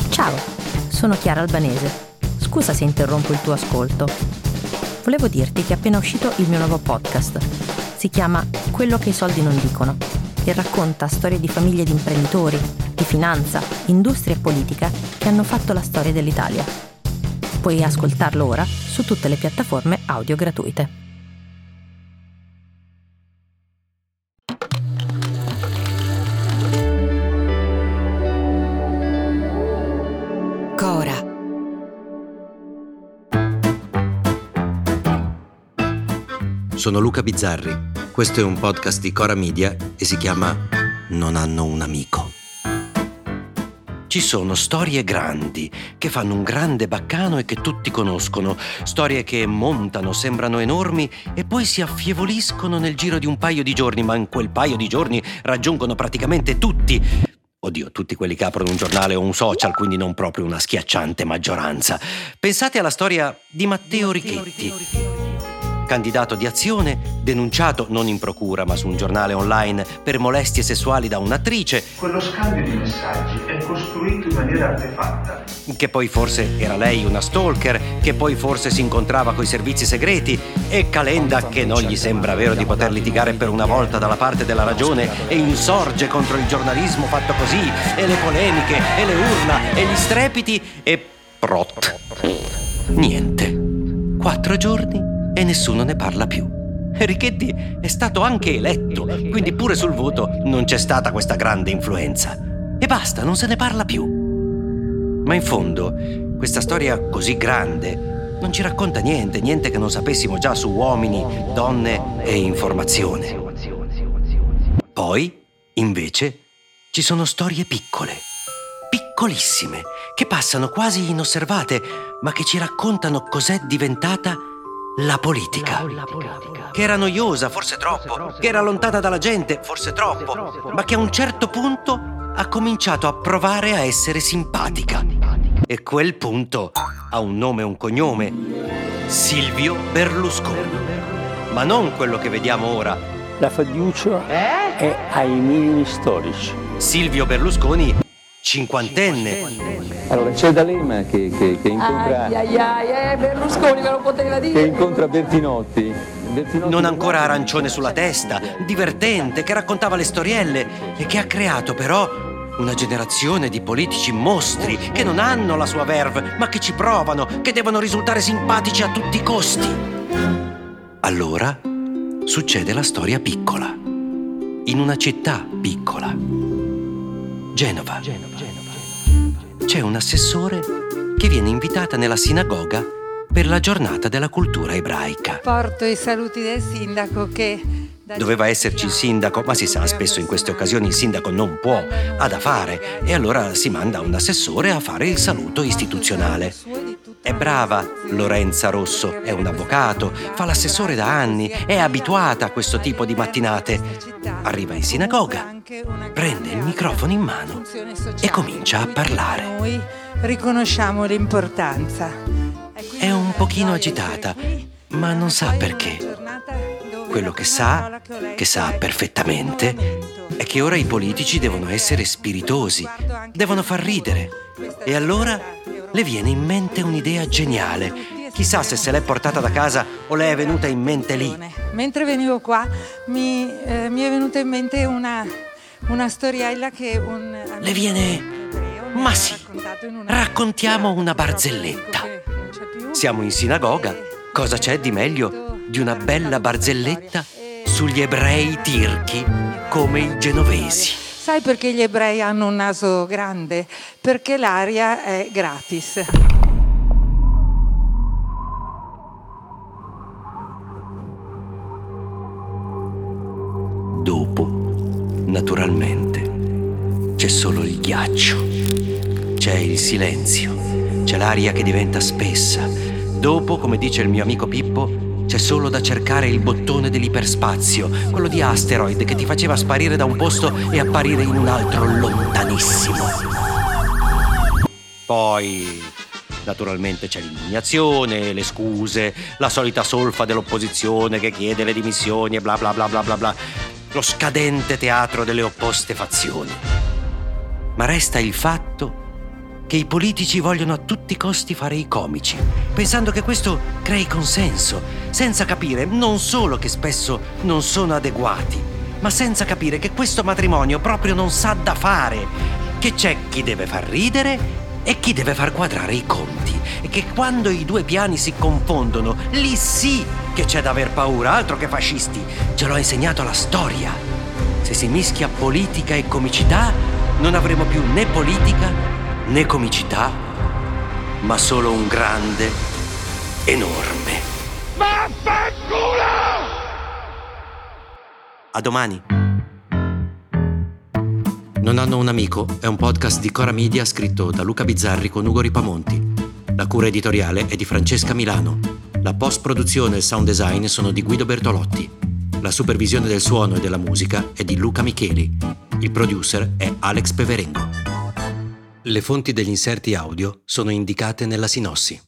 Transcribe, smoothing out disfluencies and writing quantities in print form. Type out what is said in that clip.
Ciao, sono Chiara Albanese. Scusa se interrompo il tuo ascolto. Volevo dirti che è appena uscito il mio nuovo podcast. Si chiama Quello che i soldi non dicono e racconta storie di famiglie di imprenditori, di finanza, industria e politica che hanno fatto la storia dell'Italia. Puoi ascoltarlo ora su tutte le piattaforme audio gratuite. Cora. Sono Luca Bizzarri, questo è un podcast di Cora Media e si chiama Non hanno un amico. Ci sono storie grandi che fanno un grande baccano e che tutti conoscono, storie che montano, sembrano enormi e poi si affievoliscono nel giro di un paio di giorni, ma in quel paio di giorni raggiungono praticamente tutti. Oddio, tutti quelli che aprono un giornale o un social, quindi non proprio una schiacciante maggioranza. Pensate alla storia di Matteo Richetti, candidato di Azione, denunciato non in procura ma su un giornale online per molestie sessuali da un'attrice. Quello scambio di messaggi è costruito in maniera artefatta. Che poi forse era lei una stalker, che poi forse si incontrava coi servizi segreti, e Calenda che non gli sembra vero di poter litigare per una volta dalla parte della ragione e insorge contro il giornalismo fatto così, e le polemiche, e le urla, e gli strepiti, e prot. Niente. 4 giorni e nessuno ne parla più. Richetti è stato anche eletto, quindi pure sul voto non c'è stata questa grande influenza. E basta, non se ne parla più. Ma in fondo, questa storia così grande non ci racconta niente che non sapessimo già su uomini, donne e informazione. Poi, invece, ci sono storie piccole, piccolissime, che passano quasi inosservate, ma che ci raccontano cos'è diventata la politica. Che era noiosa, forse troppo, che era lontana dalla gente, forse troppo, ma che a un certo punto ha cominciato a provare a essere simpatica. E quel punto ha un nome e un cognome: Silvio Berlusconi. Ma non quello che vediamo ora. La fiducia è ai minimi storici. Silvio Berlusconi, cinquantenne. Allora c'è D'Alema che incontra Berlusconi me lo poteva dire. che incontra Bertinotti. Non ancora arancione sulla testa, divertente, che raccontava le storielle e che ha creato però una generazione di politici mostri che non hanno la sua verve, ma che ci provano, che devono risultare simpatici a tutti i costi. Allora succede la storia piccola, in una città piccola, Genova. C'è un assessore che viene invitata nella sinagoga per la giornata della cultura ebraica. Porto i saluti del sindaco che... Doveva esserci il sindaco, ma si sa, spesso in queste occasioni il sindaco non può, ha da fare, e allora si manda un assessore a fare il saluto istituzionale. È brava Lorenza Rosso, è un avvocato, fa l'assessore da anni, è abituata a questo tipo di mattinate. Arriva in sinagoga, prende il microfono in mano e comincia a parlare. Noi riconosciamo l'importanza. È un pochino agitata, ma non sa perché. Quello che sa perfettamente, è che ora i politici devono essere spiritosi, devono far ridere. E allora le viene in mente un'idea geniale. Chissà se l'è portata da casa o le è venuta in mente lì. Mentre venivo qua mi è venuta in mente una storiella che Le viene... Ma sì, raccontiamo una barzelletta. Siamo in sinagoga, cosa c'è di meglio di una bella barzelletta sugli ebrei tirchi come i genovesi? Sai perché gli ebrei hanno un naso grande? Perché l'aria è gratis. Dopo, naturalmente, c'è solo il ghiaccio, c'è il silenzio, c'è l'aria che diventa spessa. Dopo, come dice il mio amico Pippo, c'è solo da cercare il bottone dell'iperspazio, quello di Asteroid che ti faceva sparire da un posto e apparire in un altro lontanissimo. Poi, naturalmente, c'è l'indignazione, le scuse, la solita solfa dell'opposizione che chiede le dimissioni e bla bla bla bla bla bla. Lo scadente teatro delle opposte fazioni. Ma resta il fatto che i politici vogliono a tutti i costi fare i comici, pensando che questo crei consenso, senza capire non solo che spesso non sono adeguati, ma senza capire che questo matrimonio proprio non sa da fare, che c'è chi deve far ridere e chi deve far quadrare i conti, e che quando i due piani si confondono, lì sì che c'è da aver paura, altro che fascisti, ce l'ha insegnato la storia. Se si mischia politica e comicità, non avremo più né politica né comicità, ma solo un grande, enorme. Vaffanculo! A domani. Non hanno un amico è un podcast di Cora Media scritto da Luca Bizzarri con Ugo Ripamonti. La cura editoriale è di Francesca Milano. La post-produzione e il sound design sono di Guido Bertolotti. La supervisione del suono e della musica è di Luca Micheli. Il producer è Alex Peverengo. Le fonti degli inserti audio sono indicate nella sinossi.